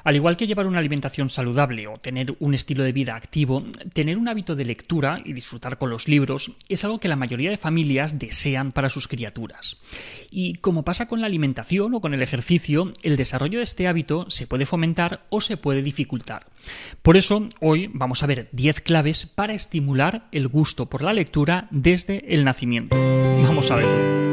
Al igual que llevar una alimentación saludable o tener un estilo de vida activo, tener un hábito de lectura y disfrutar con los libros es algo que la mayoría de familias desean para sus criaturas. Y como pasa con la alimentación o con el ejercicio, el desarrollo de este hábito se puede fomentar o se puede dificultar. Por eso, hoy vamos a ver 10 claves para estimular el gusto por la lectura desde el nacimiento. Vamos a verlo.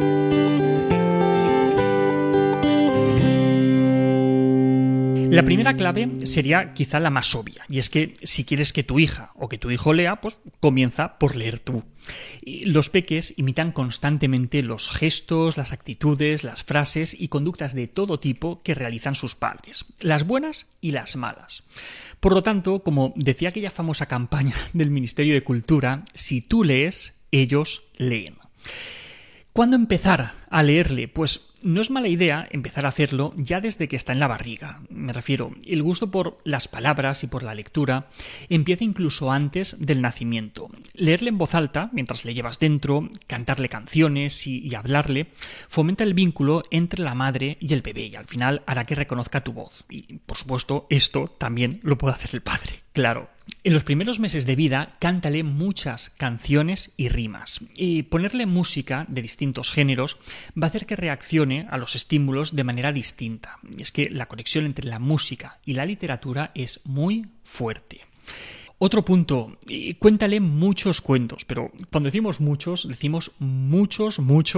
La primera clave sería quizá la más obvia, y es que si quieres que tu hija o que tu hijo lea, pues comienza por leer tú. Los peques imitan constantemente los gestos, las actitudes, las frases y conductas de todo tipo que realizan sus padres, las buenas y las malas. Por lo tanto, como decía aquella famosa campaña del Ministerio de Cultura, si tú lees, ellos leen. ¿Cuándo empezar a leerle? Pues no es mala idea empezar a hacerlo ya desde que está en la barriga. Me refiero, el gusto por las palabras y por la lectura empieza incluso antes del nacimiento. Leerle en voz alta, mientras le llevas dentro, cantarle canciones y hablarle, fomenta el vínculo entre la madre y el bebé y al final hará que reconozca tu voz. Y, por supuesto, esto también lo puede hacer el padre, claro. En los primeros meses de vida, cántale muchas canciones y rimas. Y ponerle música de distintos géneros va a hacer que reaccione a los estímulos de manera distinta. Y es que la conexión entre la música y la literatura es muy fuerte. Otro punto, cuéntale muchos cuentos, pero cuando decimos muchos muchos.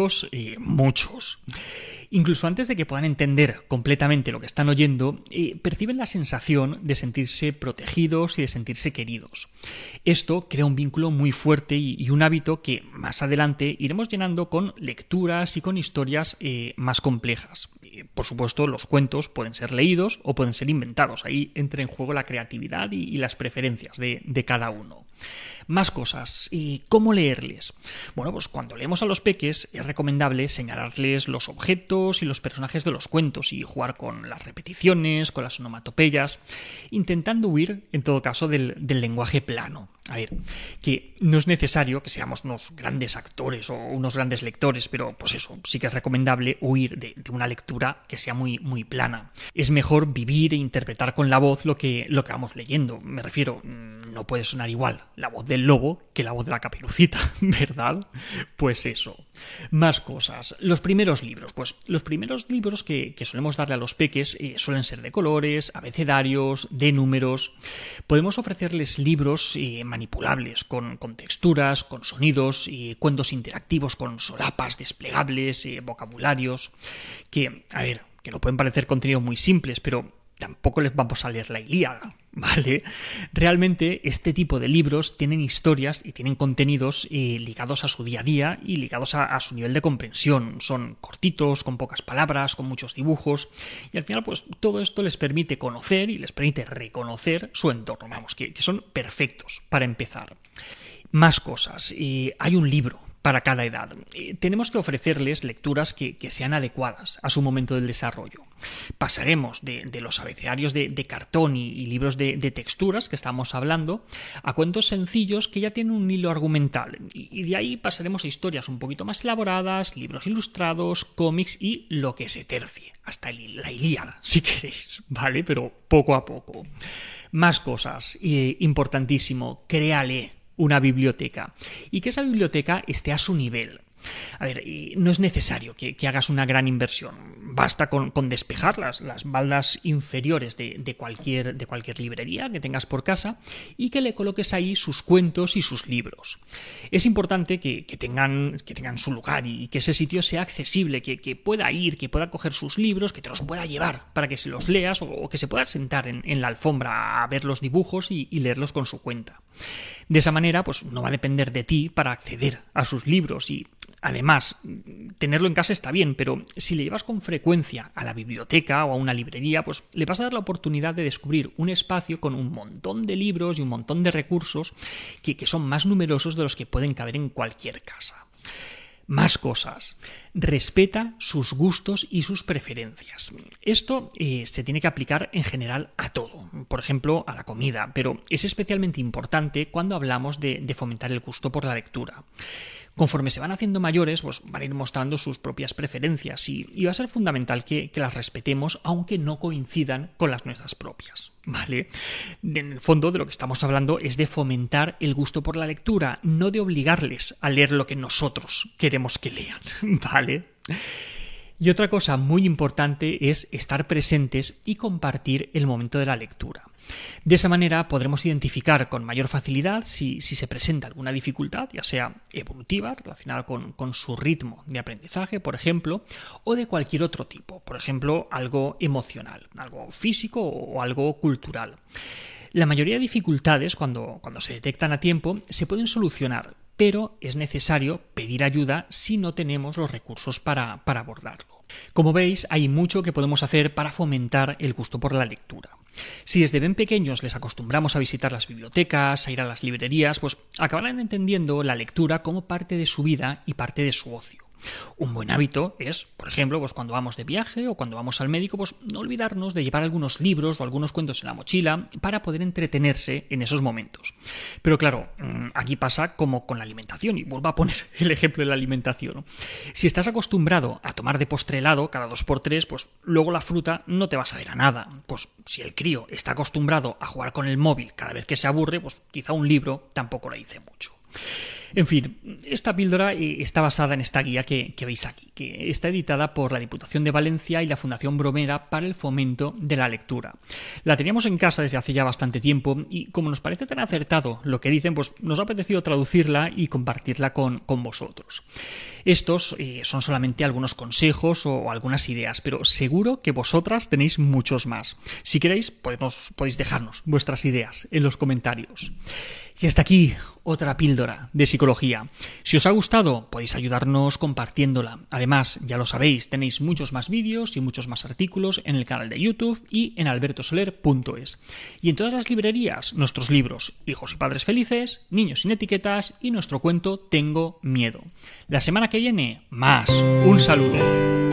Incluso antes de que puedan entender completamente lo que están oyendo, perciben la sensación de sentirse protegidos y de sentirse queridos. Esto crea un vínculo muy fuerte y un hábito que más adelante iremos llenando con lecturas y con historias más complejas. Por supuesto, los cuentos pueden ser leídos o pueden ser inventados. Ahí entra en juego la creatividad y las preferencias de cada uno. Más cosas. ¿Y cómo leerles? Bueno, pues cuando leemos a los peques es recomendable señalarles los objetos y los personajes de los cuentos y jugar con las repeticiones, con las onomatopeyas, intentando huir, en todo caso, del lenguaje plano. A ver, que no es necesario que seamos unos grandes actores o unos grandes lectores, pero pues eso, sí que es recomendable huir de una lectura que sea muy, muy plana. Es mejor vivir e interpretar con la voz lo que vamos leyendo. Me refiero, no puede sonar igual la voz del lobo que la voz de la Caperucita, ¿verdad? Pues eso. Más cosas. Los primeros libros. Pues los primeros libros que solemos darle a los peques suelen ser de colores, abecedarios, de números. Podemos ofrecerles libros manipulables, con texturas, con sonidos, cuentos interactivos con solapas desplegables, vocabularios, que no pueden parecer contenidos muy simples, pero tampoco les vamos a leer la Ilíada, ¿vale? Realmente este tipo de libros tienen historias y tienen contenidos ligados a su día a día y ligados a su nivel de comprensión. Son cortitos, con pocas palabras, con muchos dibujos y al final pues todo esto les permite conocer y les permite reconocer su entorno, que son perfectos para empezar. Más cosas. Hay un libro para cada edad. Tenemos que ofrecerles lecturas que sean adecuadas a su momento del desarrollo. Pasaremos de los abecedarios de cartón y libros de texturas que estamos hablando a cuentos sencillos que ya tienen un hilo argumental y de ahí pasaremos a historias un poquito más elaboradas, libros ilustrados, cómics y lo que se tercie, hasta la Ilíada, si queréis, ¿vale? Pero poco a poco. Más cosas. Importantísimo, créale una biblioteca y que esa biblioteca esté a su nivel. A ver, no es necesario que hagas una gran inversión. Basta con despejar las baldas inferiores de cualquier librería que tengas por casa y que le coloques ahí sus cuentos y sus libros. Es importante que tengan su lugar y que ese sitio sea accesible, que pueda ir, que pueda coger sus libros, que te los pueda llevar para que se los leas o que se pueda sentar en la alfombra a ver los dibujos y leerlos con su cuenta. De esa manera, pues no va a depender de ti para acceder a sus libros y además, tenerlo en casa está bien, pero si le llevas con frecuencia a la biblioteca o a una librería, pues le vas a dar la oportunidad de descubrir un espacio con un montón de libros y un montón de recursos que son más numerosos de los que pueden caber en cualquier casa. Más cosas. Respeta sus gustos y sus preferencias. Esto se tiene que aplicar en general a todo, por ejemplo a la comida, pero es especialmente importante cuando hablamos de fomentar el gusto por la lectura. Conforme se van haciendo mayores, pues van a ir mostrando sus propias preferencias y va a ser fundamental que las respetemos, aunque no coincidan con las nuestras propias, ¿vale? En el fondo, de lo que estamos hablando es de fomentar el gusto por la lectura, no de obligarles a leer lo que nosotros queremos que lean, ¿vale? Y otra cosa muy importante es estar presentes y compartir el momento de la lectura. De esa manera podremos identificar con mayor facilidad si se presenta alguna dificultad, ya sea evolutiva, relacionada con su ritmo de aprendizaje, por ejemplo, o de cualquier otro tipo, por ejemplo, algo emocional, algo físico o algo cultural. La mayoría de dificultades, cuando se detectan a tiempo, se pueden solucionar, pero es necesario pedir ayuda si no tenemos los recursos para abordarlo. Como veis, hay mucho que podemos hacer para fomentar el gusto por la lectura. Si desde bien pequeños les acostumbramos a visitar las bibliotecas, a ir a las librerías, pues acabarán entendiendo la lectura como parte de su vida y parte de su ocio. Un buen hábito es, por ejemplo, pues cuando vamos de viaje o cuando vamos al médico, pues no olvidarnos de llevar algunos libros o algunos cuentos en la mochila para poder entretenerse en esos momentos. Pero claro, aquí pasa como con la alimentación, y vuelvo a poner el ejemplo de la alimentación. Si estás acostumbrado a tomar de postre helado cada 2x3, pues luego la fruta no te va a saber a nada. Pues si el crío está acostumbrado a jugar con el móvil cada vez que se aburre, pues quizá un libro tampoco le dice mucho. En fin, esta píldora está basada en esta guía que veis aquí, que está editada por la Diputación de Valencia y la Fundación Bromera para el fomento de la lectura. La teníamos en casa desde hace ya bastante tiempo y como nos parece tan acertado lo que dicen, pues nos ha apetecido traducirla y compartirla con vosotros. Estos son solamente algunos consejos o algunas ideas, pero seguro que vosotras tenéis muchos más. Si queréis, podéis dejarnos vuestras ideas en los comentarios. Y hasta aquí otra píldora de psicología. Si os ha gustado, podéis ayudarnos compartiéndola. Además, ya lo sabéis, tenéis muchos más vídeos y muchos más artículos en el canal de YouTube y en albertosoler.es. Y en todas las librerías, nuestros libros Hijos y Padres Felices, Niños sin Etiquetas y nuestro cuento Tengo Miedo. La semana que viene, más. Un saludo.